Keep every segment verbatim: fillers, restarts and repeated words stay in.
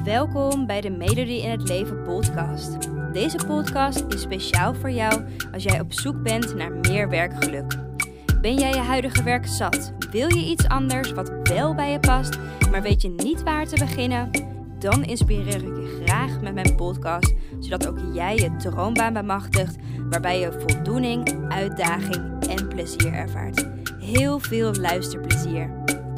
Welkom bij de Melodie in het Leven podcast. Deze podcast is speciaal voor jou als jij op zoek bent naar meer werkgeluk. Ben jij je huidige werk zat? Wil je iets anders wat wel bij je past, maar weet je niet waar te beginnen? Dan inspireer ik je graag met mijn podcast, zodat ook jij je droombaan bemachtigt, waarbij je voldoening, uitdaging en plezier ervaart. Heel veel luisterplezier.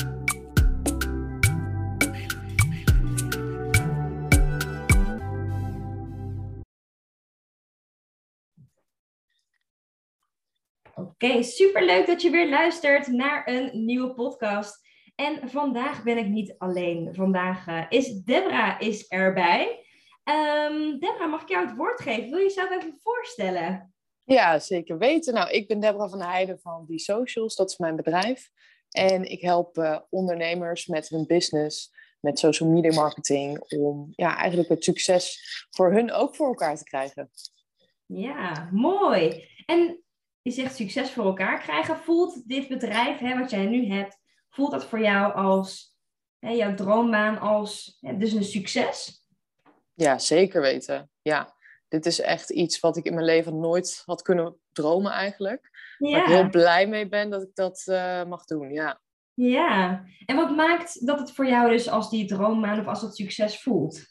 Oké, okay, superleuk dat je weer luistert naar een nieuwe podcast. En vandaag ben ik niet alleen. Vandaag uh, is Debra is erbij. Um, Debra, mag ik jou het woord geven? Wil je jezelf even voorstellen? Ja, zeker weten. Nou, ik ben Debra van der Heijden van Die Socials. Dat is mijn bedrijf. En ik help uh, ondernemers met hun business, met social media marketing, om ja, eigenlijk het succes voor hun ook voor elkaar te krijgen. Ja, mooi. En je zegt succes voor elkaar krijgen. Voelt dit bedrijf, hè, wat jij nu hebt, voelt dat voor jou als, hè, jouw droombaan als, hè, dus een succes? Ja, zeker weten. Ja, dit is echt iets wat ik in mijn leven nooit had kunnen dromen eigenlijk. Ja. Waar ik heel blij mee ben dat ik dat uh, mag doen, ja. Ja, en wat maakt dat het voor jou dus als die droombaan of als dat succes voelt?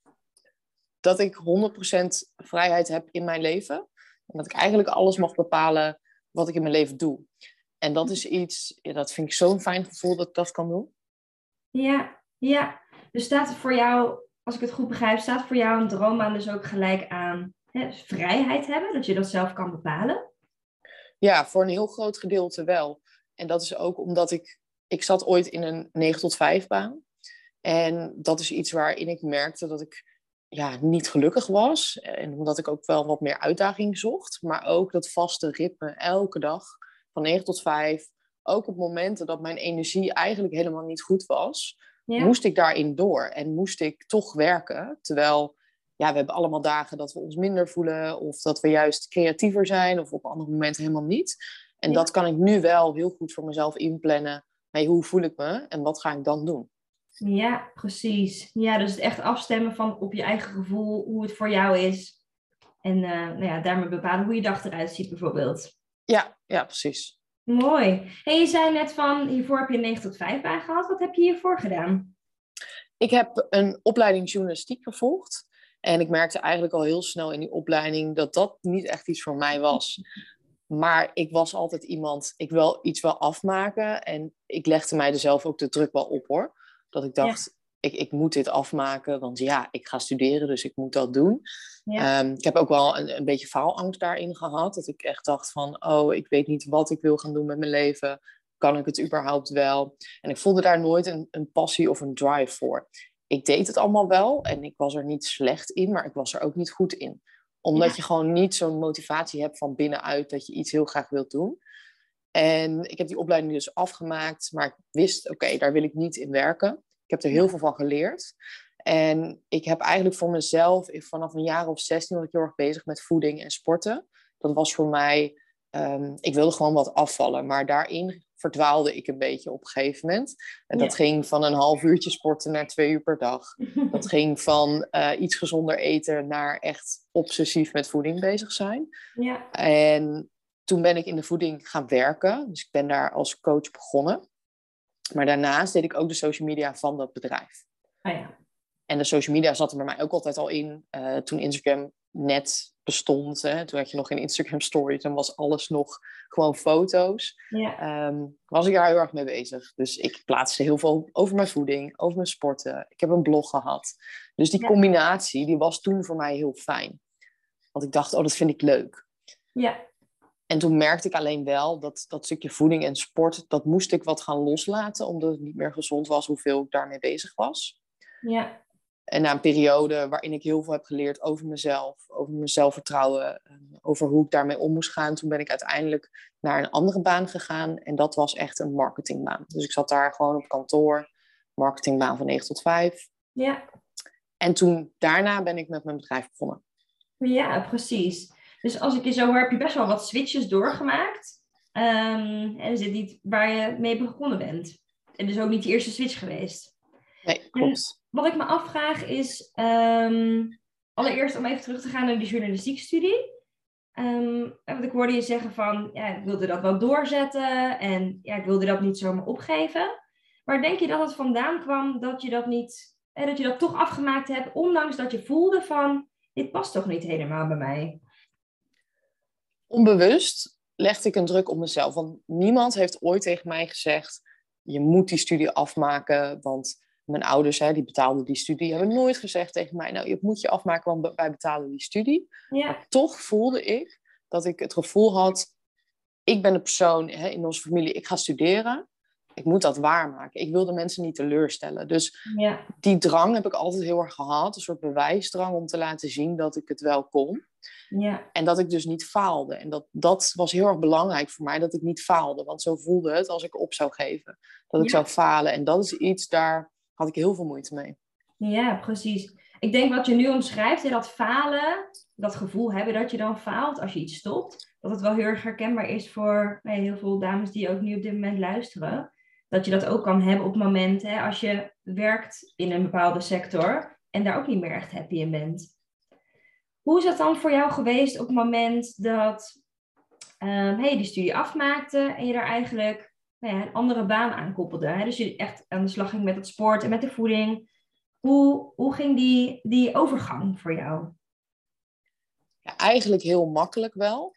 Dat ik honderd procent vrijheid heb in mijn leven. En dat ik eigenlijk alles mag bepalen wat ik in mijn leven doe. En dat is iets, ja, dat vind ik zo'n fijn gevoel dat ik dat kan doen. Ja, ja. Dus staat het voor jou, als ik het goed begrijp, staat voor jou een droombaan dus ook gelijk aan, hè, vrijheid hebben? Dat je dat zelf kan bepalen? Ja, voor een heel groot gedeelte wel. En dat is ook omdat ik, ik zat ooit in een negen tot vijf baan. En dat is iets waarin ik merkte dat ik ja, niet gelukkig was. En omdat ik ook wel wat meer uitdaging zocht. Maar ook dat vaste ritme elke dag van negen tot vijf. Ook op momenten dat mijn energie eigenlijk helemaal niet goed was. Ja. Moest ik daarin door. En moest ik toch werken. Terwijl ja, we hebben allemaal dagen dat we ons minder voelen. Of dat we juist creatiever zijn. Of op andere momenten helemaal niet. En ja. Dat kan ik nu wel heel goed voor mezelf inplannen. Hey, hoe voel ik me? En wat ga ik dan doen? Ja, precies. Ja, dus het echt afstemmen van op je eigen gevoel, hoe het voor jou is. En uh, nou ja, daarmee bepalen hoe je dag eruit ziet bijvoorbeeld. Ja, ja, precies. Mooi. En je zei net van, hiervoor heb je een negen tot vijf baan gehad. Wat heb je hiervoor gedaan? Ik heb een opleiding journalistiek gevolgd. En ik merkte eigenlijk al heel snel in die opleiding dat dat niet echt iets voor mij was. Maar ik was altijd iemand, ik wil iets wel afmaken. En ik legde mij er zelf ook de druk wel op, hoor. Dat ik dacht, ja. ik, ik moet dit afmaken, want ja, ik ga studeren, dus ik moet dat doen. Ja. Um, ik heb ook wel een, een beetje faalangst daarin gehad. Dat ik echt dacht van, oh, ik weet niet wat ik wil gaan doen met mijn leven. Kan ik het überhaupt wel? En ik voelde daar nooit een, een passie of een drive voor. Ik deed het allemaal wel en ik was er niet slecht in, maar ik was er ook niet goed in. Omdat ja. je gewoon niet zo'n motivatie hebt van binnenuit dat je iets heel graag wilt doen. En ik heb die opleiding dus afgemaakt, maar ik wist, oké, okay, daar wil ik niet in werken. Ik heb er heel veel van geleerd. En ik heb eigenlijk voor mezelf, vanaf een jaar of zestien was ik heel erg bezig met voeding en sporten. Dat was voor mij, um, ik wilde gewoon wat afvallen, maar daarin verdwaalde ik een beetje op een gegeven moment. En dat ja. ging van een half uurtje sporten naar twee uur per dag. Dat ging van uh, iets gezonder eten naar echt obsessief met voeding bezig zijn. Ja. En toen ben ik in de voeding gaan werken. Dus ik ben daar als coach begonnen. Maar daarnaast deed ik ook de social media van dat bedrijf. Oh ja. En de social media zat er bij mij ook altijd al in. Uh, toen Instagram net bestond. Hè, toen had je nog geen Instagram stories. Dan was alles nog gewoon foto's. Ja. Um, was ik daar heel erg mee bezig. Dus ik plaatste heel veel over mijn voeding. Over mijn sporten. Ik heb een blog gehad. Dus die ja. combinatie die was toen voor mij heel fijn. Want ik dacht, oh, dat vind ik leuk. Ja. En toen merkte ik alleen wel dat dat stukje voeding en sport, dat moest ik wat gaan loslaten, omdat het niet meer gezond was hoeveel ik daarmee bezig was. Ja. En na een periode waarin ik heel veel heb geleerd over mezelf, over mijn zelfvertrouwen, over hoe ik daarmee om moest gaan, toen ben ik uiteindelijk naar een andere baan gegaan. En dat was echt een marketingbaan. Dus ik zat daar gewoon op kantoor, marketingbaan van negen tot vijf. Ja. En toen, daarna ben ik met mijn bedrijf begonnen. Ja, precies. Dus als ik je zo hoor, heb je best wel wat switches doorgemaakt. Um, en is dit niet waar je mee begonnen bent? En dus ook niet de eerste switch geweest? Nee, En klopt. wat ik me afvraag is, um, allereerst om even terug te gaan naar de journalistiekstudie. Um, want ik hoorde je zeggen van, ja, ik wilde dat wel doorzetten en ja, ik wilde dat niet zomaar opgeven. Maar denk je dat het vandaan kwam dat je dat niet, eh, dat je dat toch afgemaakt hebt, ondanks dat je voelde van, dit past toch niet helemaal bij mij? Onbewust legde ik een druk op mezelf. Want niemand heeft ooit tegen mij gezegd, je moet die studie afmaken. Want mijn ouders, hè, die betaalden die studie, hebben nooit gezegd tegen mij, nou, je moet je afmaken, want wij betalen die studie. Ja. Maar toch voelde ik dat ik het gevoel had, ik ben de persoon, hè, in onze familie, ik ga studeren. Ik moet dat waarmaken. Ik wil de mensen niet teleurstellen. Dus Ja. die drang heb ik altijd heel erg gehad. Een soort bewijsdrang om te laten zien dat ik het wel kon. Ja. En dat ik dus niet faalde. En dat, dat was heel erg belangrijk voor mij, dat ik niet faalde. Want zo voelde het als ik op zou geven. Dat ik Ja. zou falen. En dat is iets, daar had ik heel veel moeite mee. Ja, precies. Ik denk wat je nu omschrijft, hè, dat falen, dat gevoel hebben dat je dan faalt als je iets stopt, dat het wel heel erg herkenbaar is voor nou ja, heel veel dames die ook nu op dit moment luisteren. Dat je dat ook kan hebben op het moment hè, als je werkt in een bepaalde sector en daar ook niet meer echt happy in bent. Hoe is dat dan voor jou geweest op het moment dat um, hey, die studie afmaakte en je daar eigenlijk nou ja, een andere baan aan koppelde? Hè? Dus je echt aan de slag ging met het sport en met de voeding. Hoe, hoe ging die, die overgang voor jou? Ja, eigenlijk heel makkelijk wel.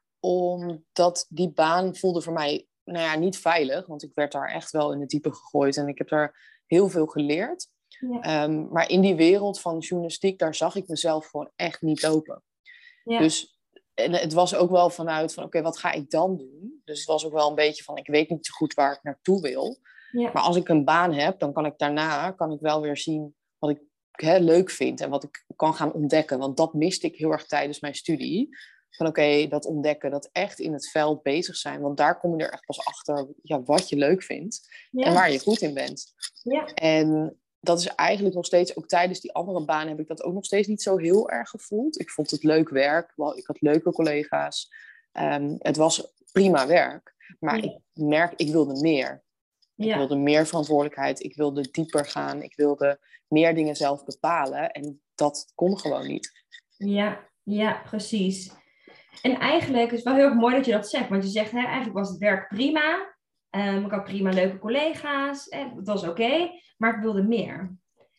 Omdat die baan voelde voor mij nou ja, niet veilig. Want ik werd daar echt wel in het diepe gegooid. En ik heb daar heel veel geleerd. Ja. Um, maar in die wereld van journalistiek, daar zag ik mezelf gewoon echt niet lopen. Ja. Dus en het was ook wel vanuit van, oké, okay, wat ga ik dan doen? Dus het was ook wel een beetje van, ik weet niet zo goed waar ik naartoe wil. Ja. Maar als ik een baan heb, dan kan ik daarna kan ik wel weer zien wat ik hè, leuk vind. En wat ik kan gaan ontdekken. Want dat miste ik heel erg tijdens mijn studie. Van oké, okay, dat ontdekken, dat echt in het veld bezig zijn. Want daar kom je er echt pas achter ja, wat je leuk vindt. Ja. En waar je goed in bent. Ja. En dat is eigenlijk nog steeds, ook tijdens die andere baan heb ik dat ook nog steeds niet zo heel erg gevoeld. Ik vond het leuk werk, ik had leuke collega's. Um, het was prima werk. Maar ja. ik merk, ik wilde meer. Ik ja. wilde meer verantwoordelijkheid, ik wilde dieper gaan. Ik wilde meer dingen zelf bepalen. En dat kon gewoon niet. Ja, ja, precies. En eigenlijk is het wel heel erg mooi dat je dat zegt. Want je zegt, hè, eigenlijk was het werk prima. Um, ik had prima leuke collega's. En het was oké. Okay, maar ik wilde meer.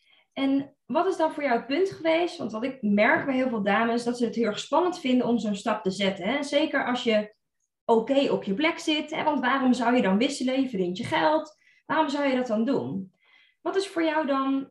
En wat is dan voor jou het punt geweest? Want wat ik merk bij heel veel dames, dat ze het heel erg spannend vinden om zo'n stap te zetten. Hè? Zeker als je oké okay op je plek zit. Hè? Want waarom zou je dan wisselen? Je verdient je geld. Waarom zou je dat dan doen? Wat is voor jou dan...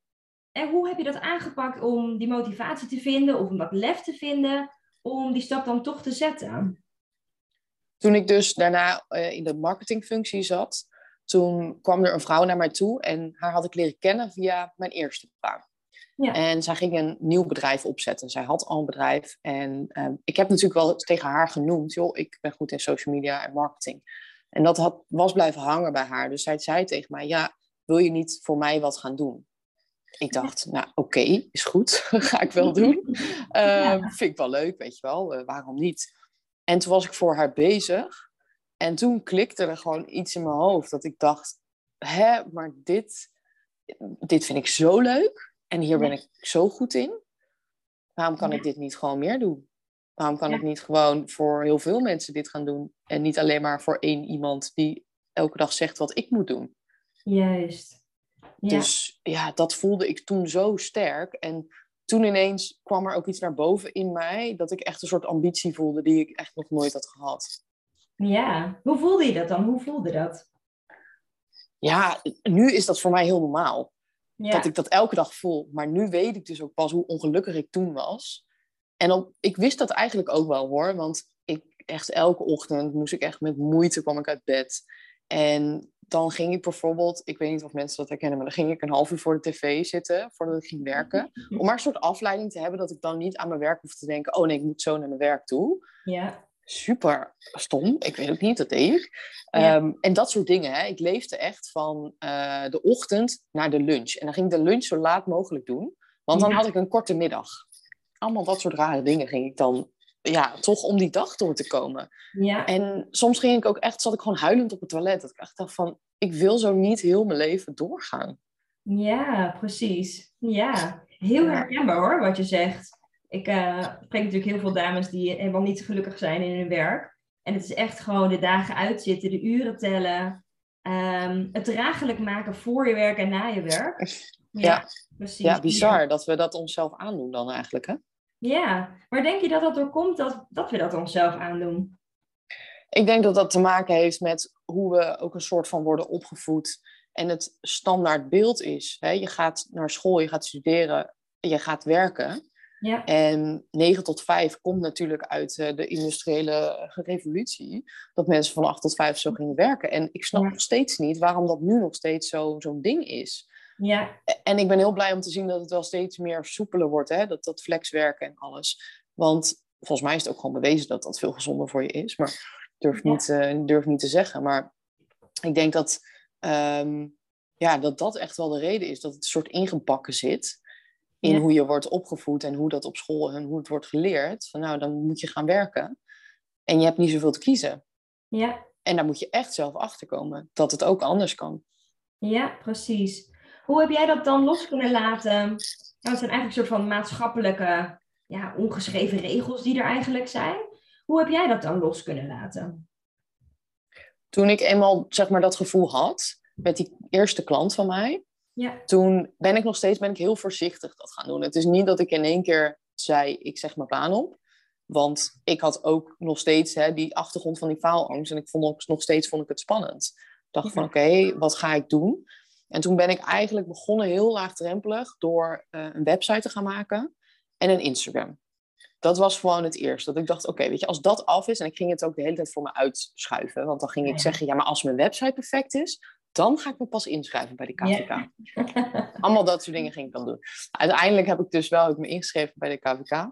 En hoe heb je dat aangepakt om die motivatie te vinden? Of om dat lef te vinden? Om die stap dan toch te zetten? Toen ik dus daarna uh, in de marketingfunctie zat, toen kwam er een vrouw naar mij toe en haar had ik leren kennen via mijn eerste baan. Ja. En zij ging een nieuw bedrijf opzetten. Zij had al een bedrijf en uh, ik heb natuurlijk wel tegen haar genoemd, joh, ik ben goed in social media en marketing. En dat had, was blijven hangen bij haar. Dus zij zei tegen mij, ja, wil je niet voor mij wat gaan doen? Ik dacht, nou oké, okay, is goed, ga ik wel doen. Uh, ja. Vind ik wel leuk, weet je wel, uh, waarom niet? En toen was ik voor haar bezig. En toen klikte er gewoon iets in mijn hoofd. Dat ik dacht, hè, maar dit, dit vind ik zo leuk. En hier ben ik zo goed in. Waarom kan ik dit niet gewoon meer doen? Waarom kan ik niet gewoon voor heel veel mensen dit gaan doen? En niet alleen maar voor één iemand die elke dag zegt wat ik moet doen. Juist. Ja. Dus ja, dat voelde ik toen zo sterk. En toen ineens kwam er ook iets naar boven in mij, dat ik echt een soort ambitie voelde die ik echt nog nooit had gehad. Ja, hoe voelde je dat dan? Hoe voelde dat? Ja, nu is dat voor mij heel normaal. Ja. Dat ik dat elke dag voel. Maar nu weet ik dus ook pas hoe ongelukkig ik toen was. En op, ik wist dat eigenlijk ook wel hoor, want ik echt elke ochtend moest ik echt met moeite kwam ik uit bed. En dan ging ik bijvoorbeeld, ik weet niet of mensen dat herkennen, maar dan ging ik een half uur voor de tv zitten, voordat ik ging werken. Om maar een soort afleiding te hebben, dat ik dan niet aan mijn werk hoef te denken, oh nee, ik moet zo naar mijn werk toe. Ja. Super stom, ik weet het niet, dat deed ik. Ja. Um, en dat soort dingen, hè. Ik leefde echt van uh, de ochtend naar de lunch. En dan ging ik de lunch zo laat mogelijk doen, want dan ja. had ik een korte middag. Allemaal dat soort rare dingen ging ik dan, ja, toch om die dag door te komen. Ja. En soms ging ik ook echt, zat ik gewoon huilend op het toilet. Dat ik echt dacht van, ik wil zo niet heel mijn leven doorgaan. Ja, precies. Ja, heel Ja. herkenbaar hoor, wat je zegt. Ik eh, spreek natuurlijk heel veel dames die helemaal niet gelukkig zijn in hun werk. En het is echt gewoon de dagen uitzitten, de uren tellen. ehm, het draaglijk maken voor je werk en na je werk. Ja, Ja, precies. ja, bizar dat we dat onszelf aandoen dan eigenlijk, hè? Ja, maar denk je dat dat er komt dat, dat we dat onszelf aandoen? Ik denk dat dat te maken heeft met hoe we ook een soort van worden opgevoed. En het standaard beeld is. Hè? Je gaat naar school, je gaat studeren, je gaat werken. Ja, En negen tot vijf komt natuurlijk uit uh, de industriële revolutie. Dat mensen van acht tot vijf zo gingen werken. En ik snap ja, nog steeds niet waarom dat nu nog steeds zo, zo'n ding is. ja, En ik ben heel blij om te zien dat het wel steeds meer soepeler wordt. Hè? Dat, dat flexwerken en alles. Want volgens mij is het ook gewoon bewezen dat dat veel gezonder voor je is. Maar ik durf, ja, niet, uh, durf niet te zeggen. Maar ik denk dat, um, ja, dat dat echt wel de reden is. Dat het een soort ingebakken zit in ja, hoe je wordt opgevoed en hoe dat op school en hoe het wordt geleerd. Van nou, dan moet je gaan werken. En je hebt niet zoveel te kiezen. ja, En daar moet je echt zelf achter komen. Dat het ook anders kan. ja, precies. Hoe heb jij dat dan los kunnen laten? Nou, het zijn eigenlijk een soort van maatschappelijke, ja, ongeschreven regels die er eigenlijk zijn. Hoe heb jij dat dan los kunnen laten? Toen ik eenmaal zeg maar, dat gevoel had met die eerste klant van mij. Ja, Toen ben ik nog steeds ben ik heel voorzichtig dat gaan doen. Het is niet dat ik in één keer zei, ik zeg mijn baan op. Want ik had ook nog steeds hè, die achtergrond van die faalangst. En ik vond ook nog steeds vond ik het spannend. Ik dacht ja, van oké, okay, wat ga ik doen? En toen ben ik eigenlijk begonnen heel laagdrempelig door uh, een website te gaan maken en een Instagram. Dat was gewoon het eerste. Dat ik dacht, oké, okay, weet je, als dat af is... en ik ging het ook de hele tijd voor me uitschuiven. Want dan ging ik ja, zeggen, ja, maar als mijn website perfect is... dan ga ik me pas inschrijven bij de K V K. ja, Allemaal dat soort dingen ging ik dan doen. Uiteindelijk heb ik dus wel ik me ingeschreven bij de K V K.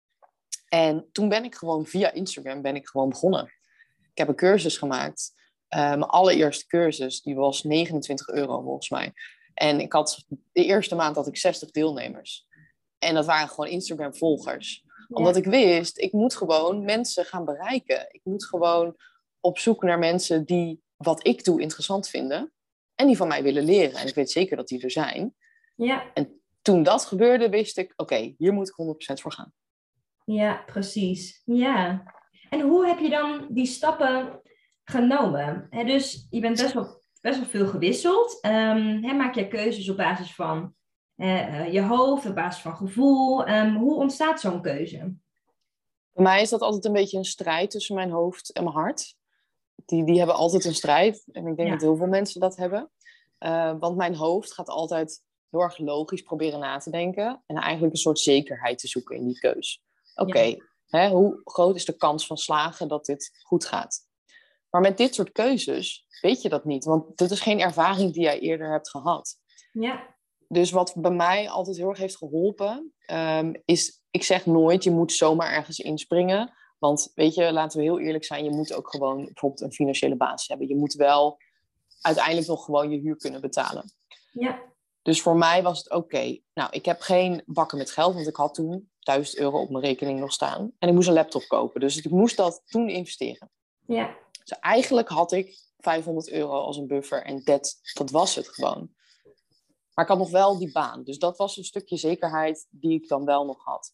En toen ben ik gewoon via Instagram ben ik gewoon begonnen. Ik heb een cursus gemaakt. Uh, mijn allereerste cursus, die was negenentwintig euro volgens mij. En ik had, de eerste maand had ik zestig deelnemers. En dat waren gewoon Instagram volgers. Omdat ik wist, ik moet gewoon mensen gaan bereiken. Ik moet gewoon op zoek naar mensen die wat ik doe interessant vinden. En die van mij willen leren. En ik weet zeker dat die er zijn. ja, En toen dat gebeurde, wist ik, oké, okay, hier moet ik honderd procent voor gaan. ja, precies. Ja. En hoe heb je dan die stappen genomen? He, dus je bent best wel, best wel veel gewisseld. Um, he, maak je keuzes op basis van uh, je hoofd, op basis van gevoel. Um, hoe ontstaat zo'n keuze? Voor mij is dat altijd een beetje een strijd tussen mijn hoofd en mijn hart. Die, die hebben altijd een strijd. En ik denk Ja. dat heel veel mensen dat hebben. Uh, want mijn hoofd gaat altijd heel erg logisch proberen na te denken. En eigenlijk een soort zekerheid te zoeken in die keus. Oké, okay, ja. Hoe groot is de kans van slagen dat dit goed gaat? Maar met dit soort keuzes weet je dat niet. Want dit is geen ervaring die jij eerder hebt gehad. Ja. Dus wat bij mij altijd heel erg heeft geholpen... Um, is, ik zeg nooit, je moet zomaar ergens inspringen. Want weet je, laten we heel eerlijk zijn... je moet ook gewoon bijvoorbeeld een financiële basis hebben. Je moet wel uiteindelijk nog gewoon je huur kunnen betalen. Ja. Dus voor mij was het oké. Okay. Nou, ik heb geen bakken met geld... want ik had toen duizend euro op mijn rekening nog staan. En ik moest een laptop kopen. Dus ik moest dat toen investeren. Ja. Dus eigenlijk had ik vijfhonderd euro als een buffer. En dat, dat was het gewoon. Maar ik had nog wel die baan. Dus dat was een stukje zekerheid die ik dan wel nog had.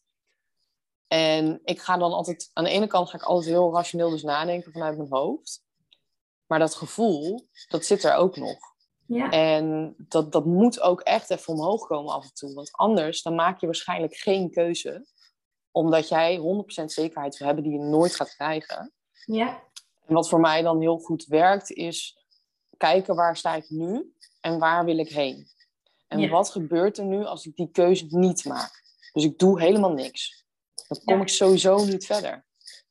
En ik ga dan altijd... Aan de ene kant ga ik altijd heel rationeel dus nadenken vanuit mijn hoofd. Maar dat gevoel, dat zit er ook nog. Ja. En dat, dat moet ook echt even omhoog komen af en toe. Want anders dan maak je waarschijnlijk geen keuze. Omdat jij honderd procent zekerheid wil hebben die je nooit gaat krijgen. Ja. En wat voor mij dan heel goed werkt is... kijken waar sta ik nu en waar wil ik heen. En ja. wat gebeurt er nu als ik die keuze niet maak? Dus ik doe helemaal niks. Dan kom ja. ik sowieso niet verder.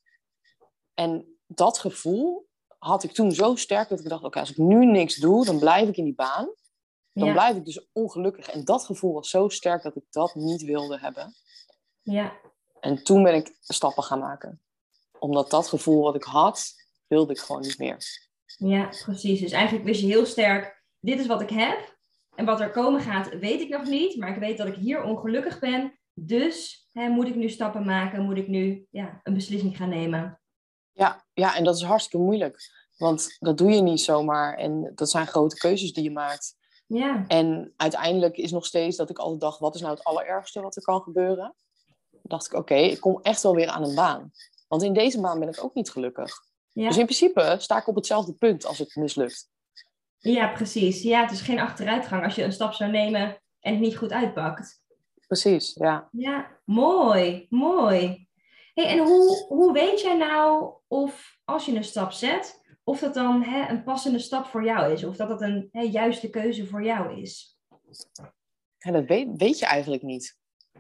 En dat gevoel had ik toen zo sterk dat ik dacht... oké, okay, als ik nu niks doe, dan blijf ik in die baan. Dan ja. blijf ik dus ongelukkig. En dat gevoel was zo sterk dat ik dat niet wilde hebben. Ja. En toen ben ik stappen gaan maken. Omdat dat gevoel wat ik had, wilde ik gewoon niet meer. Ja, precies. Dus eigenlijk wist je heel sterk... dit is wat ik heb. En wat er komen gaat, weet ik nog niet. Maar ik weet dat ik hier ongelukkig ben. Dus hè, moet ik nu stappen maken? Moet ik nu ja, een beslissing gaan nemen? Ja, ja, en dat is hartstikke moeilijk. Want dat doe je niet zomaar. En dat zijn grote keuzes die je maakt. Ja. En uiteindelijk is nog steeds dat ik altijd dacht, wat is nou het allerergste wat er kan gebeuren? Dan dacht ik, oké, ik kom echt wel weer aan een baan. Want in deze baan ben ik ook niet gelukkig. Ja. Dus in principe sta ik op hetzelfde punt als het mislukt. Ja, precies. Ja, het is geen achteruitgang als je een stap zou nemen en het niet goed uitpakt. Precies, ja. Ja, mooi, mooi. Hey, en hoe, hoe weet jij nou of als je een stap zet, of dat dan hè, een passende stap voor jou is? Of dat dat een hè, juiste keuze voor jou is? Ja, dat weet, weet je eigenlijk niet.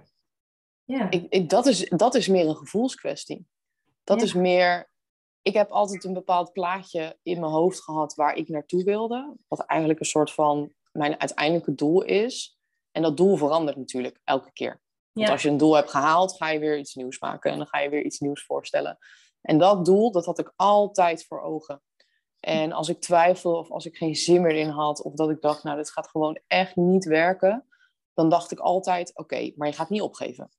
Ja. Ik, ik, dat, is, dat is meer een gevoelskwestie. Dat Ja. is meer... Ik heb altijd een bepaald plaatje in mijn hoofd gehad waar ik naartoe wilde. Wat eigenlijk een soort van mijn uiteindelijke doel is. En dat doel verandert natuurlijk elke keer. Want Ja. als je een doel hebt gehaald, ga je weer iets nieuws maken. En dan ga je weer iets nieuws voorstellen. En dat doel, dat had ik altijd voor ogen. En als ik twijfelde of als ik geen zin meer in had... of dat ik dacht, nou, dit gaat gewoon echt niet werken... dan dacht ik altijd, oké, okay, maar je gaat niet opgeven.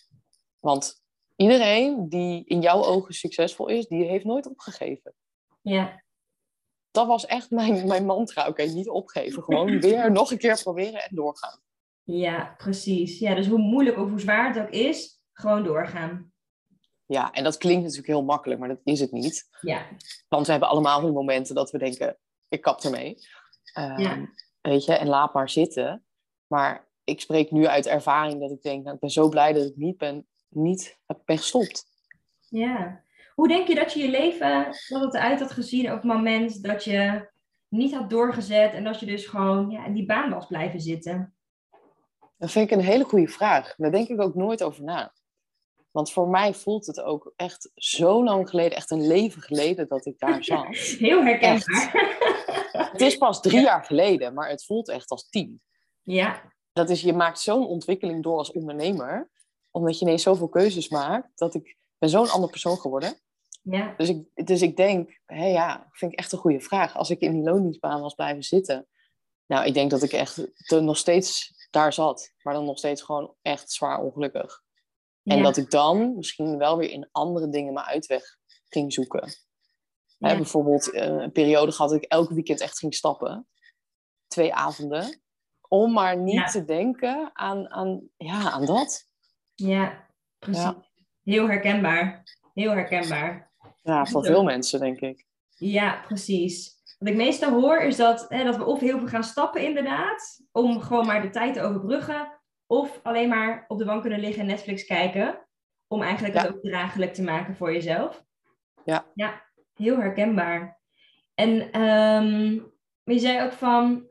Want iedereen die in jouw ogen succesvol is... die heeft nooit opgegeven. Ja. Dat was echt mijn, mijn mantra. Oké, okay, niet opgeven. Gewoon weer nog een keer proberen en doorgaan. Ja, precies. Ja, dus hoe moeilijk of hoe zwaar het ook is, gewoon doorgaan. Ja, en dat klinkt natuurlijk heel makkelijk, maar dat is het niet. Ja. Want we hebben allemaal die momenten dat we denken, ik kap ermee. Um, Ja. Weet je, en laat maar zitten. Maar ik spreek nu uit ervaring dat ik denk, nou, ik ben zo blij dat ik niet ben, niet ben gestopt. Ja. Hoe denk je dat je je leven, dat het eruit had gezien op het moment dat je niet had doorgezet en dat je dus gewoon ja, in die baan was blijven zitten? Dat vind ik een hele goede vraag. Daar denk ik ook nooit over na. Want voor mij voelt het ook echt zo lang geleden, echt een leven geleden dat ik daar zat. Heel herkenbaar. Het is pas drie jaar geleden, maar het voelt echt als tien. Ja. Dat is, je maakt zo'n ontwikkeling door als ondernemer, omdat je ineens zoveel keuzes maakt, dat ik ben zo'n ander persoon geworden. Ja. Dus ik, dus ik denk, hé, ja, vind ik echt een goede vraag. Als ik in die loondienstbaan was blijven zitten, nou, ik denk dat ik echt te, nog steeds daar zat, maar dan nog steeds gewoon echt zwaar ongelukkig. En Ja. dat ik dan misschien wel weer in andere dingen mijn uitweg ging zoeken. Ja. Hè, bijvoorbeeld een periode gehad dat ik elke weekend echt ging stappen. Twee avonden. Om maar niet Ja. te denken aan, aan, ja, aan dat. Ja, precies. Ja. Heel herkenbaar. Heel herkenbaar. Ja, voor veel mensen, denk ik. Ja, precies. Wat ik meestal hoor is dat, hè, dat we of heel veel gaan stappen inderdaad, om gewoon maar de tijd te overbruggen, of alleen maar op de bank kunnen liggen en Netflix kijken, om eigenlijk Ja. het ook draaglijk te maken voor jezelf. Ja. Ja, heel herkenbaar. En um, je zei ook van,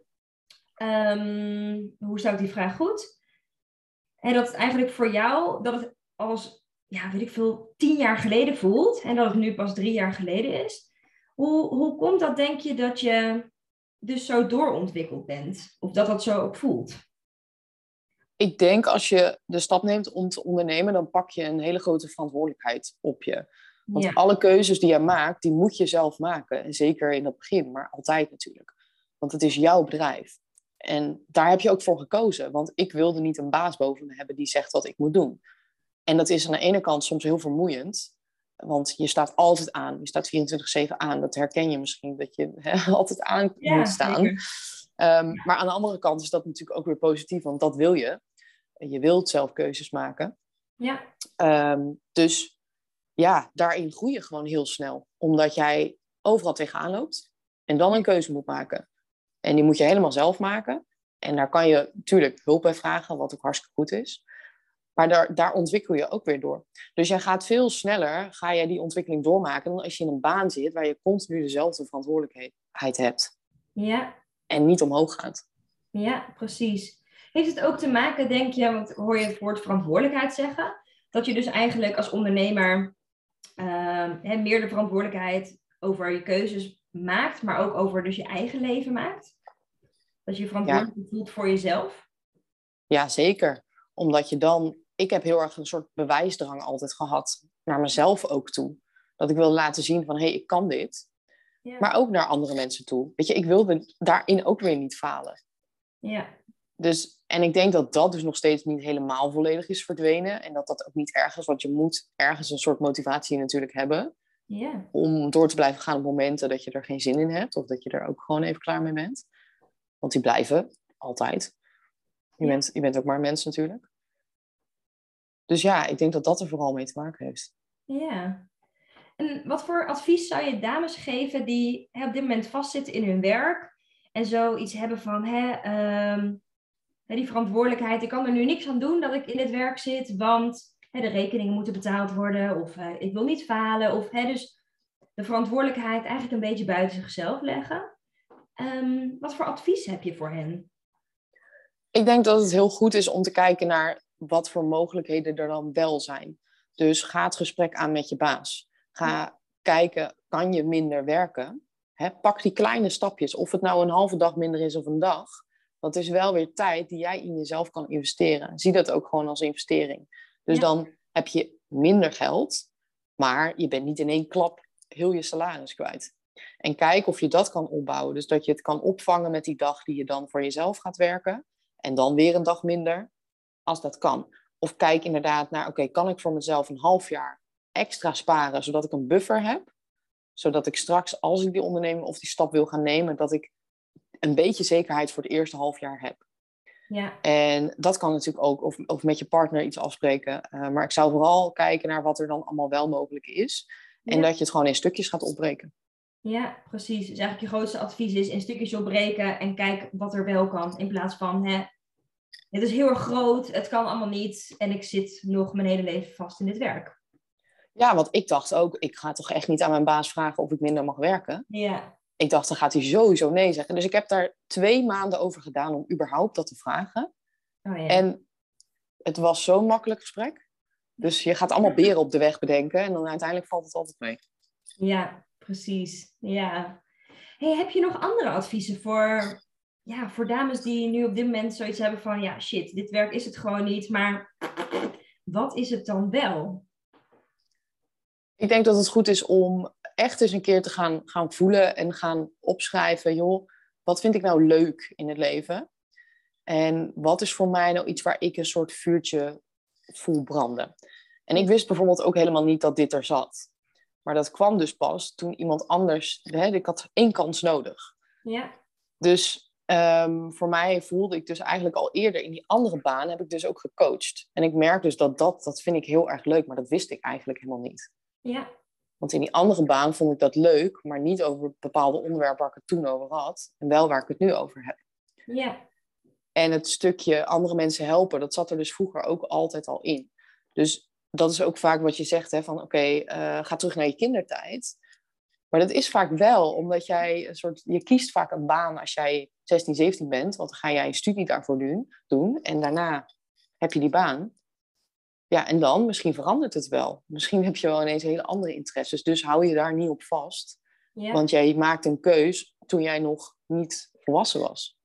um, hoe stel ik die vraag goed? En dat het eigenlijk voor jou, dat het als, ja, weet ik veel, tien jaar geleden voelt, en dat het nu pas drie jaar geleden is. Hoe, hoe komt dat, denk je, dat je dus zo doorontwikkeld bent? Of dat dat zo ook voelt? Ik denk als je de stap neemt om te ondernemen, dan pak je een hele grote verantwoordelijkheid op je. Want Ja. alle keuzes die je maakt, die moet je zelf maken. En zeker in het begin, maar altijd natuurlijk. Want het is jouw bedrijf. En daar heb je ook voor gekozen. Want ik wilde niet een baas boven me hebben die zegt wat ik moet doen. En dat is aan de ene kant soms heel vermoeiend. Want je staat altijd aan. Je staat vierentwintig zeven aan. Dat herken je misschien, dat je hè, altijd aan Ja, moet staan. Um, maar aan de andere kant is dat natuurlijk ook weer positief. Want dat wil je. Je wilt zelf keuzes maken. Ja. Um, dus ja, daarin groei je gewoon heel snel. Omdat jij overal tegenaan loopt. En dan een keuze moet maken. En die moet je helemaal zelf maken. En daar kan je natuurlijk hulp bij vragen. Wat ook hartstikke goed is. Maar daar, daar ontwikkel je ook weer door. Dus jij gaat veel sneller, ga jij die ontwikkeling doormaken dan als je in een baan zit waar je continu dezelfde verantwoordelijkheid hebt. Ja. En niet omhoog gaat. Ja, precies. Heeft het ook te maken, denk je, want hoor je het woord verantwoordelijkheid zeggen, dat je dus eigenlijk als ondernemer uh, hè, meer de verantwoordelijkheid over je keuzes maakt, maar ook over dus je eigen leven maakt? Dat je je verantwoordelijk ja. voelt voor jezelf? Ja, zeker. Omdat je dan... Ik heb heel erg een soort bewijsdrang altijd gehad. Naar mezelf ook toe. Dat ik wil laten zien van, hé, hey, ik kan dit. Ja. Maar ook naar andere mensen toe. Weet je, ik wilde daarin ook weer niet falen. Ja. Dus, en ik denk dat dat dus nog steeds niet helemaal volledig is verdwenen. En dat dat ook niet erg is. Want je moet ergens een soort motivatie natuurlijk hebben. Ja. Om door te blijven gaan op momenten dat je er geen zin in hebt. Of dat je er ook gewoon even klaar mee bent. Want die blijven altijd. Je, Ja. bent, je bent ook maar een mens natuurlijk. Dus ja, ik denk dat dat er vooral mee te maken heeft. Ja. En wat voor advies zou je dames geven die hè, op dit moment vastzitten in hun werk en zoiets hebben van hè, ehm, hè, die verantwoordelijkheid, ik kan er nu niks aan doen dat ik in dit werk zit, want hè, de rekeningen moeten betaald worden of uh, ik wil niet falen. Of hè, dus de verantwoordelijkheid eigenlijk een beetje buiten zichzelf leggen. Um, wat voor advies heb je voor hen? Ik denk dat het heel goed is om te kijken naar wat voor mogelijkheden er dan wel zijn. Dus ga het gesprek aan met je baas. Ga ja. kijken, kan je minder werken? He, pak die kleine stapjes. Of het nou een halve dag minder is of een dag. Dat is wel weer tijd die jij in jezelf kan investeren. Zie dat ook gewoon als investering. Dus ja. dan heb je minder geld, maar je bent niet in één klap heel je salaris kwijt. En kijk of je dat kan opbouwen. Dus dat je het kan opvangen met die dag die je dan voor jezelf gaat werken. En dan weer een dag minder, als dat kan. Of kijk inderdaad naar, oké, okay, kan ik voor mezelf een half jaar extra sparen, zodat ik een buffer heb? Zodat ik straks, als ik die onderneming of die stap wil gaan nemen, dat ik een beetje zekerheid voor het eerste half jaar heb. Ja. En dat kan natuurlijk ook, of, of met je partner iets afspreken. Uh, maar ik zou vooral kijken naar wat er dan allemaal wel mogelijk is. En ja. dat je het gewoon in stukjes gaat opbreken. Ja, precies. Dus eigenlijk je grootste advies is in stukjes opbreken en kijk wat er wel kan. In plaats van, hè, het is heel erg groot, het kan allemaal niet en ik zit nog mijn hele leven vast in dit werk. Ja, want ik dacht ook, ik ga toch echt niet aan mijn baas vragen of ik minder mag werken. Ja. Ik dacht, dan gaat hij sowieso nee zeggen. Dus ik heb daar twee maanden over gedaan om überhaupt dat te vragen. Oh, ja. En het was zo'n makkelijk gesprek. Dus je gaat allemaal beren op de weg bedenken en dan uiteindelijk valt het altijd mee. Ja, precies. Ja. Hey, heb je nog andere adviezen voor, ja, voor dames die nu op dit moment zoiets hebben van, ja, shit, dit werk is het gewoon niet, maar wat is het dan wel? Ik denk dat het goed is om echt eens een keer te gaan, gaan voelen en gaan opschrijven, joh, wat vind ik nou leuk in het leven? En wat is voor mij nou iets waar ik een soort vuurtje voel branden? En ik wist bijvoorbeeld ook helemaal niet dat dit er zat. Maar dat kwam dus pas toen iemand anders... Hè, ik had één kans nodig. Ja. Dus um, voor mij voelde ik dus eigenlijk al eerder in die andere baan... heb ik dus ook gecoacht. En ik merk dus dat dat, dat vind ik heel erg leuk. Maar dat wist ik eigenlijk helemaal niet. Ja. Want in die andere baan vond ik dat leuk... maar niet over bepaalde onderwerpen waar ik het toen over had. En wel waar ik het nu over heb. Ja. En het stukje andere mensen helpen... dat zat er dus vroeger ook altijd al in. Dus... dat is ook vaak wat je zegt, hè, van oké, okay, uh, ga terug naar je kindertijd. Maar dat is vaak wel, omdat jij een soort, je kiest vaak een baan als jij zestien, zeventien bent, want dan ga jij je studie daarvoor doen, doen en daarna heb je die baan. Ja, en dan, misschien verandert het wel. Misschien heb je wel ineens hele andere interesses, dus hou je daar niet op vast. Ja. Want jij maakt een keus toen jij nog niet volwassen was.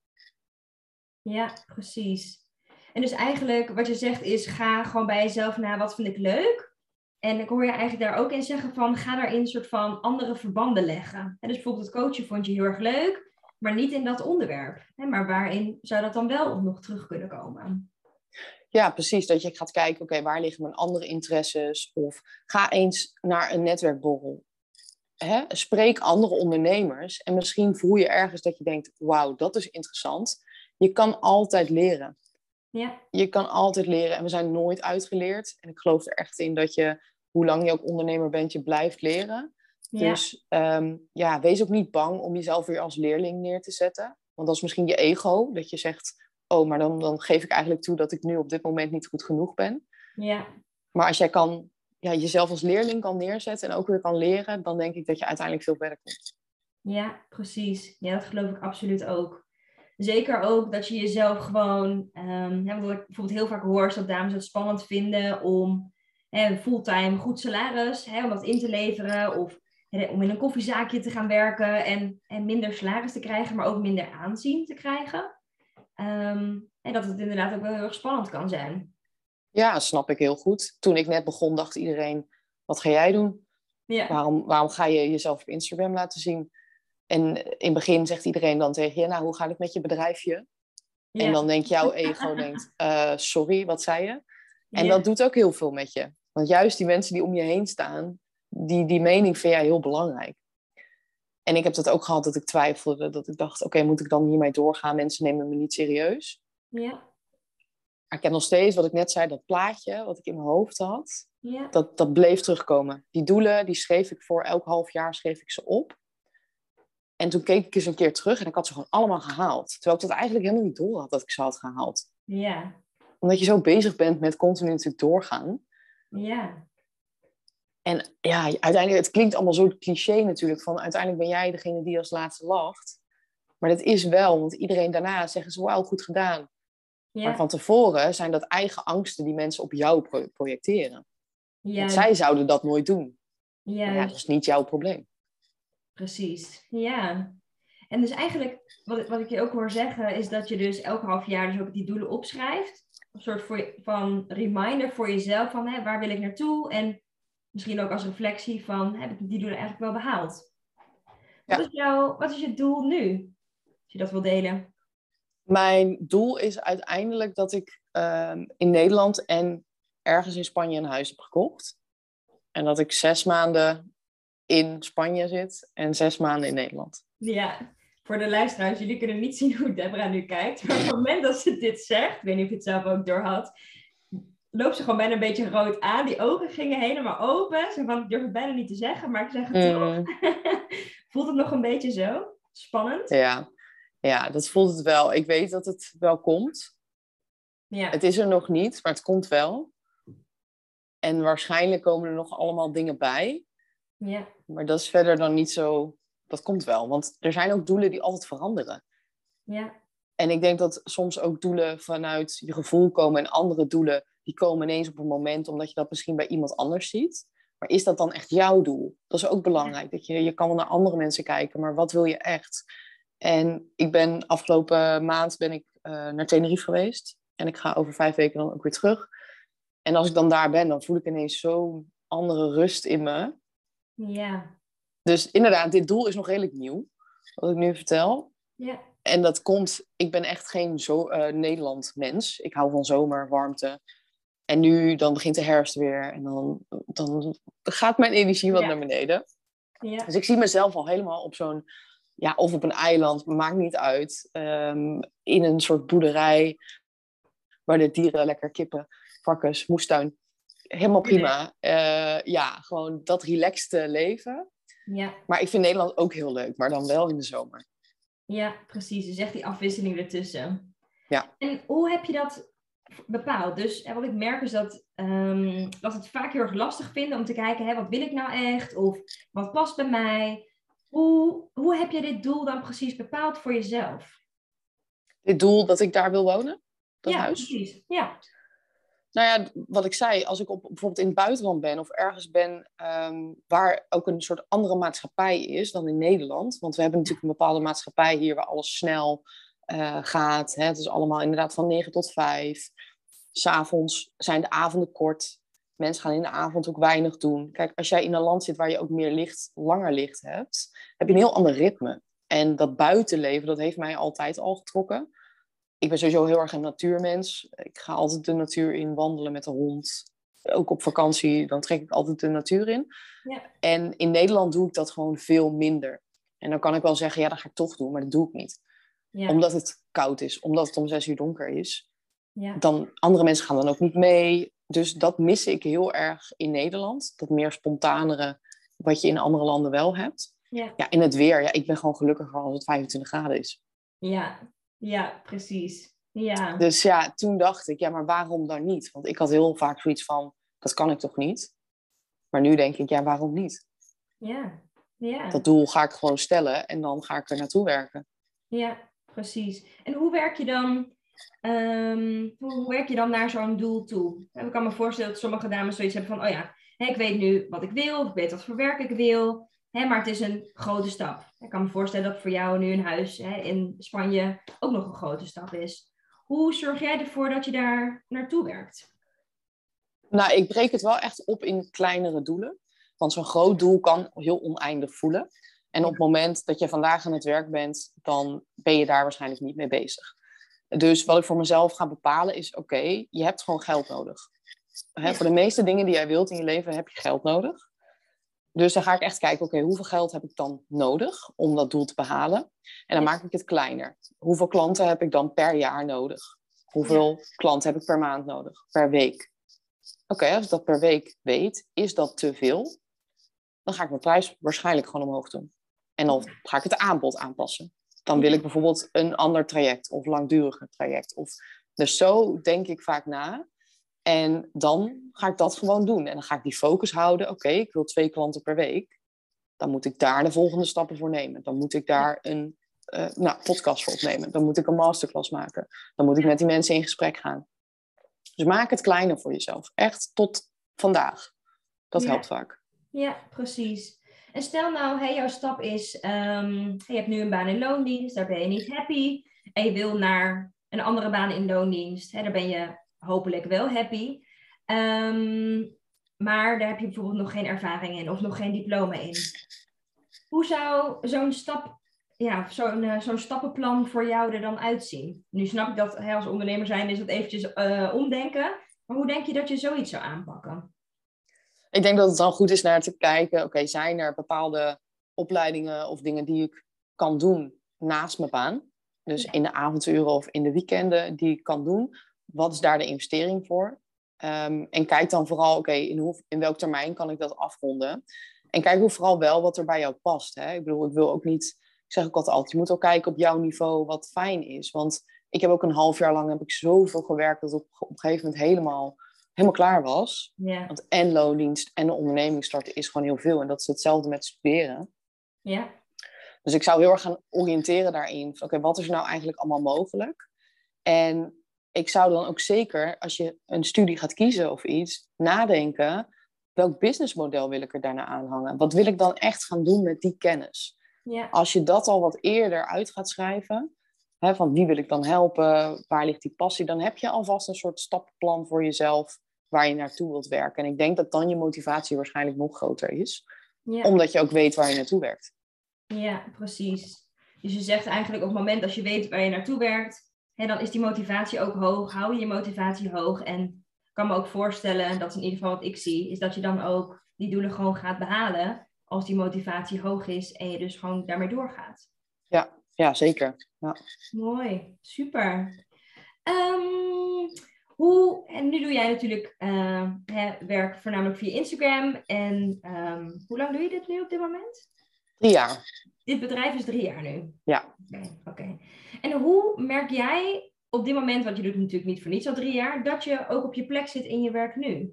Ja, precies. En dus eigenlijk wat je zegt is, ga gewoon bij jezelf na, wat vind ik leuk? En ik hoor je eigenlijk daar ook in zeggen van, ga daarin een soort van andere verbanden leggen. En dus bijvoorbeeld het coachen vond je heel erg leuk, maar niet in dat onderwerp. Maar waarin zou dat dan wel nog terug kunnen komen? Ja, precies. Dat je gaat kijken, oké, okay, waar liggen mijn andere interesses? Of ga eens naar een netwerkborrel. Hè? Spreek andere ondernemers. En misschien voel je ergens dat je denkt, wauw, dat is interessant. Je kan altijd leren. Ja. Je kan altijd leren en we zijn nooit uitgeleerd. En ik geloof er echt in dat je, hoe lang je ook ondernemer bent, je blijft leren. Ja. Dus um, ja, wees ook niet bang om jezelf weer als leerling neer te zetten. Want dat is misschien je ego, dat je zegt, oh, maar dan, dan geef ik eigenlijk toe dat ik nu op dit moment niet goed genoeg ben. Ja. Maar als jij kan, ja, jezelf als leerling kan neerzetten en ook weer kan leren, dan denk ik dat je uiteindelijk veel verder komt. Ja, precies. Ja, dat geloof ik absoluut ook. Zeker ook dat je jezelf gewoon, um, ja, wat ik bijvoorbeeld heel vaak hoor, is dat dames het spannend vinden om hè, fulltime goed salaris, hè, om dat in te leveren. Of hè, om in een koffiezaakje te gaan werken en, en minder salaris te krijgen, maar ook minder aanzien te krijgen. Um, en dat het inderdaad ook wel heel erg spannend kan zijn. Ja, snap ik heel goed. Toen ik net begon, dacht iedereen, wat ga jij doen? Ja. Waarom, waarom ga je jezelf op Instagram laten zien? En in het begin zegt iedereen dan tegen je, nou, hoe gaat het met je bedrijfje? Ja. En dan denkt jouw ego, denkt, uh, sorry, wat zei je? En ja. dat doet ook heel veel met je. Want juist die mensen die om je heen staan, die, die mening vind jij heel belangrijk. En ik heb dat ook gehad dat ik twijfelde. Dat ik dacht, oké, okay, moet ik dan hiermee doorgaan? Mensen nemen me niet serieus. Ja. Maar ik heb nog steeds, wat ik net zei, dat plaatje wat ik in mijn hoofd had. Ja. Dat, dat bleef terugkomen. Die doelen, die schreef ik voor elk half jaar schreef ik ze op. En toen keek ik eens een keer terug en ik had ze gewoon allemaal gehaald. Terwijl ik dat eigenlijk helemaal niet door had dat ik ze had gehaald. Ja. Omdat je zo bezig bent met continu natuurlijk doorgaan. Ja. En ja, uiteindelijk, het klinkt allemaal zo cliché natuurlijk. Van uiteindelijk ben jij degene die als laatste lacht. Maar dat is wel, want iedereen daarna zeggen ze, wauw, goed gedaan. Ja. Maar van tevoren zijn dat eigen angsten die mensen op jou pro- projecteren. Ja. Want zij zouden dat nooit doen. Ja. Maar ja, dat is niet jouw probleem. Precies, ja. En dus eigenlijk, wat, wat ik je ook hoor zeggen, is dat je dus elk half jaar dus ook die doelen opschrijft. Een soort voor, je- van reminder voor jezelf van, hè, waar wil ik naartoe? En misschien ook als reflectie van, heb ik die doelen eigenlijk wel behaald? Ja. Wat is jouw, wat is je doel nu? Als je dat wil delen. Mijn doel is uiteindelijk dat ik um, in Nederland en ergens in Spanje een huis heb gekocht. En dat ik zes maanden in Spanje zit en zes maanden in Nederland. Ja, voor de luisteraars, jullie kunnen niet zien hoe Deborah nu kijkt. Maar op het moment dat ze dit zegt, ik weet niet of je het zelf ook doorhad, loopt ze gewoon bijna een beetje rood aan. Die ogen gingen helemaal open. Ze van, ik durf het bijna niet te zeggen, maar ik zeg het toch. Mm, Voelt het nog een beetje zo? Spannend? ja. ja, dat voelt het wel. Ik weet dat het wel komt. Ja. Het is er nog niet, maar het komt wel. En waarschijnlijk komen er nog allemaal dingen bij. Ja. Maar dat is verder dan niet zo... Dat komt wel, want er zijn ook doelen die altijd veranderen. Ja. En ik denk dat soms ook doelen vanuit je gevoel komen... en andere doelen, die komen ineens op een moment... omdat je dat misschien bij iemand anders ziet. Maar is dat dan echt jouw doel? Dat is ook belangrijk. Dat je, je kan wel naar andere mensen kijken, maar wat wil je echt? En ik ben afgelopen maand ben ik uh, naar Tenerife geweest. En ik ga over vijf weken dan ook weer terug. En als ik dan daar ben, dan voel ik ineens zo'n andere rust in me. Ja. Dus inderdaad, dit doel is nog redelijk nieuw. Wat ik nu vertel. Ja. En dat komt, ik ben echt geen zo, uh, Nederland mens. Ik hou van zomer, warmte. En nu, dan begint de herfst weer. En dan, dan gaat mijn energie wat Ja. naar beneden. Ja. Dus ik zie mezelf al helemaal op zo'n... Ja, of op een eiland, maakt niet uit. Um, in een soort boerderij. Waar de dieren lekker kippen, varkens, moestuin. Helemaal prima. Uh, ja, gewoon dat relaxte leven. Ja. Maar ik vind Nederland ook heel leuk. Maar dan wel in de zomer. Ja, precies. Dus echt die afwisseling ertussen. Ja. En hoe heb je dat bepaald? Dus en wat ik merk is dat, um, dat het vaak heel erg lastig vinden om te kijken, hè, wat wil ik nou echt? Of wat past bij mij? Hoe, hoe heb je dit doel dan precies bepaald voor jezelf? Dit doel dat ik daar wil wonen? Dat ja, huis? Precies. Ja. Nou ja, wat ik zei, als ik op, bijvoorbeeld in het buitenland ben of ergens ben um, waar ook een soort andere maatschappij is dan in Nederland. Want we hebben natuurlijk een bepaalde maatschappij hier waar alles snel uh, gaat. Hè? Het is allemaal inderdaad van negen tot vijf. 'S Avonds zijn de avonden kort. Mensen gaan in de avond ook weinig doen. Kijk, als jij in een land zit waar je ook meer licht, langer licht hebt, heb je een heel ander ritme. En dat buitenleven, dat heeft mij altijd al getrokken. Ik ben sowieso heel erg een natuurmens. Ik ga altijd de natuur in wandelen met de hond. Ook op vakantie, dan trek ik altijd de natuur in. Ja. En in Nederland doe ik dat gewoon veel minder. En dan kan ik wel zeggen, ja, dat ga ik toch doen, maar dat doe ik niet. Ja. Omdat het koud is, omdat het om zes uur donker is. Ja. Dan, andere mensen gaan dan ook niet mee. Dus dat mis ik heel erg in Nederland. Dat meer spontanere, wat je in andere landen wel hebt. Ja. Ja, in het weer, ja, ik ben gewoon gelukkiger als het vijfentwintig graden is. Ja. Ja, precies. Ja. Dus ja, toen dacht ik, ja, maar waarom dan niet? Want ik had heel vaak zoiets van, dat kan ik toch niet? Maar nu denk ik, ja, waarom niet? Ja. Ja. Dat doel ga ik gewoon stellen en dan ga ik er naartoe werken. Ja, precies. En hoe werk je dan, um, hoe, hoe werk je dan naar zo'n doel toe? Ik kan me voorstellen dat sommige dames zoiets hebben van, oh ja, hè, ik weet nu wat ik wil, ik weet wat voor werk ik wil. Hè, maar het is een grote stap. Ik kan me voorstellen dat voor jou nu een huis hè, in Spanje ook nog een grote stap is. Hoe zorg jij ervoor dat je daar naartoe werkt? Nou, ik breek het wel echt op in kleinere doelen. Want zo'n groot doel kan heel oneindig voelen. En op het moment dat je vandaag aan het werk bent, dan ben je daar waarschijnlijk niet mee bezig. Dus wat ik voor mezelf ga bepalen is, oké, okay, je hebt gewoon geld nodig. Hè, voor de meeste dingen die jij wilt in je leven heb je geld nodig. Dus dan ga ik echt kijken, oké, okay, hoeveel geld heb ik dan nodig om dat doel te behalen? En dan ja. maak ik het kleiner. Hoeveel klanten heb ik dan per jaar nodig? Hoeveel ja. klanten heb ik per maand nodig? Per week? Oké, okay, als ik dat per week weet, is dat te veel? Dan ga ik mijn prijs waarschijnlijk gewoon omhoog doen. En dan ga ik het aanbod aanpassen. Dan wil ik bijvoorbeeld een ander traject of langduriger traject. Of, dus zo denk ik vaak na. En dan ga ik dat gewoon doen. En dan ga ik die focus houden. Oké, okay, ik wil twee klanten per week. Dan moet ik daar de volgende stappen voor nemen. Dan moet ik daar een uh, nou, podcast voor opnemen. Dan moet ik een masterclass maken. Dan moet ik met die mensen in gesprek gaan. Dus maak het kleiner voor jezelf. Echt tot vandaag. Dat ja. helpt vaak. Ja, precies. En stel nou, hey, jouw stap is... Um, je hebt nu een baan in loondienst. Daar ben je niet happy. En je wil naar een andere baan in loondienst. Hè, daar ben je hopelijk wel happy. Um, maar daar heb je bijvoorbeeld nog geen ervaring in. Of nog geen diploma in. Hoe zou zo'n stap... Ja, zo'n, uh, zo'n stappenplan voor jou er dan uitzien? Nu snap ik dat hè, als ondernemer zijn is dat eventjes uh, omdenken. Maar hoe denk je dat je zoiets zou aanpakken? Ik denk dat het dan goed is naar te kijken. Oké, okay, zijn er bepaalde opleidingen of dingen die ik kan doen naast mijn baan? Dus ja. in de avonduren of in de weekenden die ik kan doen. Wat is daar de investering voor? Um, en kijk dan vooral, oké, okay, in, hoe, in welk termijn kan ik dat afronden? En kijk ook vooral wel wat er bij jou past. Hè? Ik bedoel, ik wil ook niet... Ik zeg ook altijd, je moet ook kijken op jouw niveau wat fijn is. Want ik heb ook een half jaar lang heb ik zoveel gewerkt dat ik op, op een gegeven moment helemaal, helemaal klaar was. Ja. Want en loondienst en de onderneming starten is gewoon heel veel. En dat is hetzelfde met studeren. Ja. Dus ik zou heel erg gaan oriënteren daarin. Oké, okay, wat is er nou eigenlijk allemaal mogelijk? En ik zou dan ook zeker, als je een studie gaat kiezen of iets, nadenken, welk businessmodel wil ik er daarna aanhangen? Wat wil ik dan echt gaan doen met die kennis? Ja. Als je dat al wat eerder uit gaat schrijven, hè, van wie wil ik dan helpen, waar ligt die passie, dan heb je alvast een soort stappenplan voor jezelf waar je naartoe wilt werken. En ik denk dat dan je motivatie waarschijnlijk nog groter is, Ja. omdat je ook weet waar je naartoe werkt. Ja, precies. Dus je zegt eigenlijk op het moment dat je weet waar je naartoe werkt, hè, dan is die motivatie ook hoog, hou je je motivatie hoog. En ik kan me ook voorstellen, en dat is in ieder geval wat ik zie, is dat je dan ook die doelen gewoon gaat behalen. Als die motivatie hoog is en je dus gewoon daarmee doorgaat. Ja, ja zeker. Ja. Mooi, super. Um, hoe, en nu doe jij natuurlijk uh, hè, werk voornamelijk via Instagram. En um, hoe lang doe je dit nu op dit moment? Drie jaar. Dit bedrijf is drie jaar nu? Ja. Oké. Okay, okay. En hoe merk jij op dit moment, want je doet het natuurlijk niet voor niets al drie jaar, dat je ook op je plek zit in je werk nu?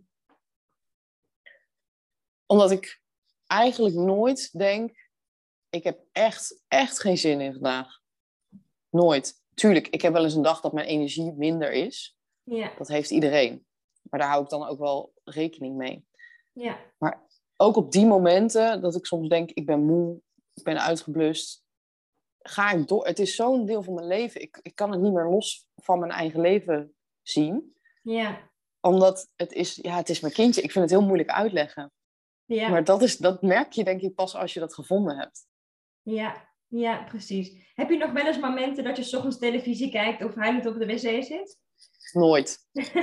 Omdat ik eigenlijk nooit denk, ik heb echt, echt geen zin in vandaag. Nooit. Tuurlijk, ik heb wel eens een dag dat mijn energie minder is. Ja. Dat heeft iedereen. Maar daar hou ik dan ook wel rekening mee. Ja. Maar ook op die momenten dat ik soms denk, ik ben moe, ik ben uitgeblust, ga ik door. Het is zo'n deel van mijn leven. Ik, ik kan het niet meer los van mijn eigen leven zien. Ja. Omdat het is, ja, het is mijn kindje. Ik vind het heel moeilijk uitleggen. Ja. Maar dat, is, dat merk je denk ik pas als je dat gevonden hebt. Ja, ja, precies. Heb je nog wel eens momenten dat je 's ochtends televisie kijkt of huilend op de wc zit? Nooit.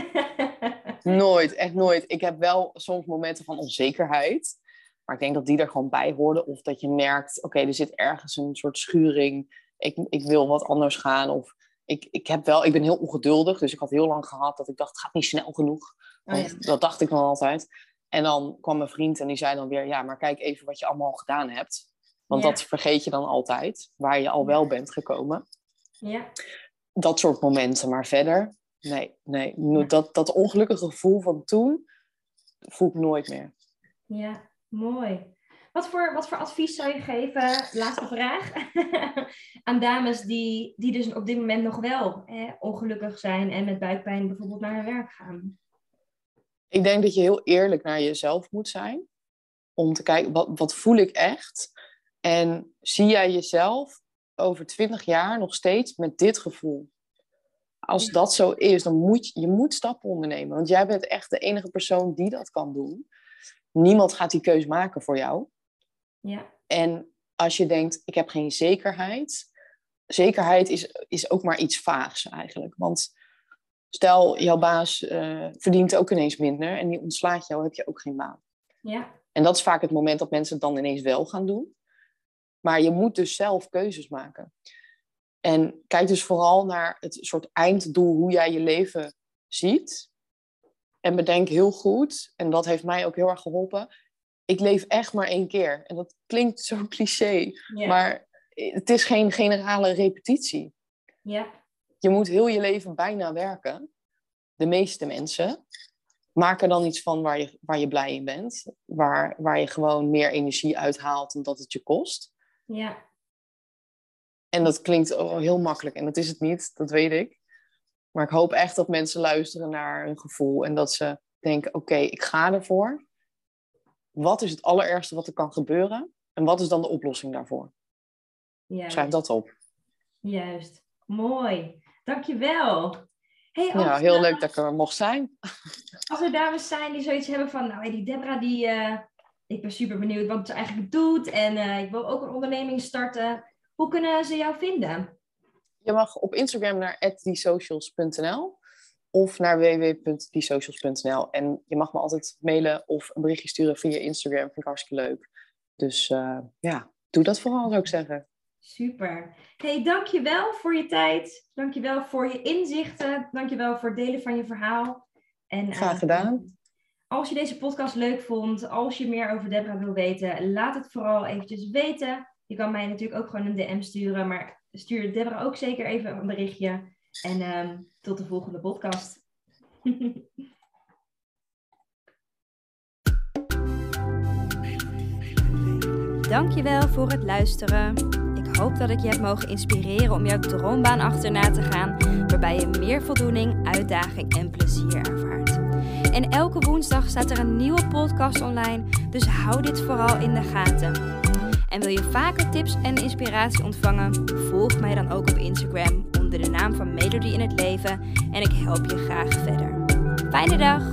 Nooit, echt nooit. Ik heb wel soms momenten van onzekerheid. Maar ik denk dat die er gewoon bij horen. Of dat je merkt, oké, okay, er zit ergens een soort schuring. Ik, ik wil wat anders gaan. Of ik, ik, heb wel, ik ben heel ongeduldig. Dus ik had heel lang gehad dat ik dacht, het gaat niet snel genoeg. Want oh ja. Dat dacht ik dan altijd. En dan kwam mijn vriend en die zei dan weer, ja, maar kijk even wat je allemaal gedaan hebt. Want ja. dat vergeet je dan altijd, waar je al wel bent gekomen. Ja. Dat soort momenten, maar verder, nee, nee. Dat, dat ongelukkige gevoel van toen, voel ik nooit meer. Ja, mooi. Wat voor, wat voor advies zou je geven, laatste vraag, aan dames die, die dus op dit moment nog wel eh, ongelukkig zijn en met buikpijn bijvoorbeeld naar hun werk gaan? Ik denk dat je heel eerlijk naar jezelf moet zijn. Om te kijken, wat, wat voel ik echt? En zie jij jezelf over twintig jaar nog steeds met dit gevoel? Als dat zo is, dan moet je, je moet stappen ondernemen. Want jij bent echt de enige persoon die dat kan doen. Niemand gaat die keus maken voor jou. Ja. En als je denkt, ik heb geen zekerheid. Zekerheid is, is ook maar iets vaags eigenlijk. Want stel, jouw baas uh, verdient ook ineens minder en die ontslaat jou, heb je ook geen baan. Ja. En dat is vaak het moment dat mensen het dan ineens wel gaan doen. Maar je moet dus zelf keuzes maken. En kijk dus vooral naar het soort einddoel, hoe jij je leven ziet. En bedenk heel goed, en dat heeft mij ook heel erg geholpen, ik leef echt maar één keer. En dat klinkt zo cliché, Ja. maar het is geen generale repetitie. Ja. Je moet heel je leven bijna werken. De meeste mensen maken dan iets van waar je, waar je blij in bent. Waar, waar je gewoon meer energie uithaalt dan dat het je kost. Ja. En dat klinkt oh, heel makkelijk. En dat is het niet, dat weet ik. Maar ik hoop echt dat mensen luisteren naar hun gevoel. En dat ze denken, oké, okay, ik ga ervoor. Wat is het allerergste wat er kan gebeuren? En wat is dan de oplossing daarvoor? Juist. Schrijf dat op. Juist. Mooi. Dankjewel. Hey, ja, heel leuk dat ik er mocht zijn. Als er dames zijn die zoiets hebben van, nou, die Deborah, die, uh, ik ben super benieuwd wat ze eigenlijk doet. En uh, ik wil ook een onderneming starten. Hoe kunnen ze jou vinden? Je mag op Instagram naar at die socials punt n l of naar w w w punt die socials punt n l. En je mag me altijd mailen of een berichtje sturen via Instagram. Vind ik hartstikke leuk. Dus uh, ja, doe dat vooral, zou ik zeggen. Super. Hey, dankjewel voor je tijd. Dankjewel voor je inzichten. Dankjewel voor het delen van je verhaal. En, Graag gedaan. Uh, als je deze podcast leuk vond, als je meer over Deborah wil weten, laat het vooral eventjes weten. Je kan mij natuurlijk ook gewoon een D M sturen, maar stuur Deborah ook zeker even een berichtje. En uh, tot de volgende podcast. Dankjewel voor het luisteren. Ik hoop dat ik je heb mogen inspireren om jouw droombaan achterna te gaan, waarbij je meer voldoening, uitdaging en plezier ervaart. En elke woensdag staat er een nieuwe podcast online, dus hou dit vooral in de gaten. En wil je vaker tips en inspiratie ontvangen? Volg mij dan ook op Instagram onder de naam van Melody in het Leven en ik help je graag verder. Fijne dag!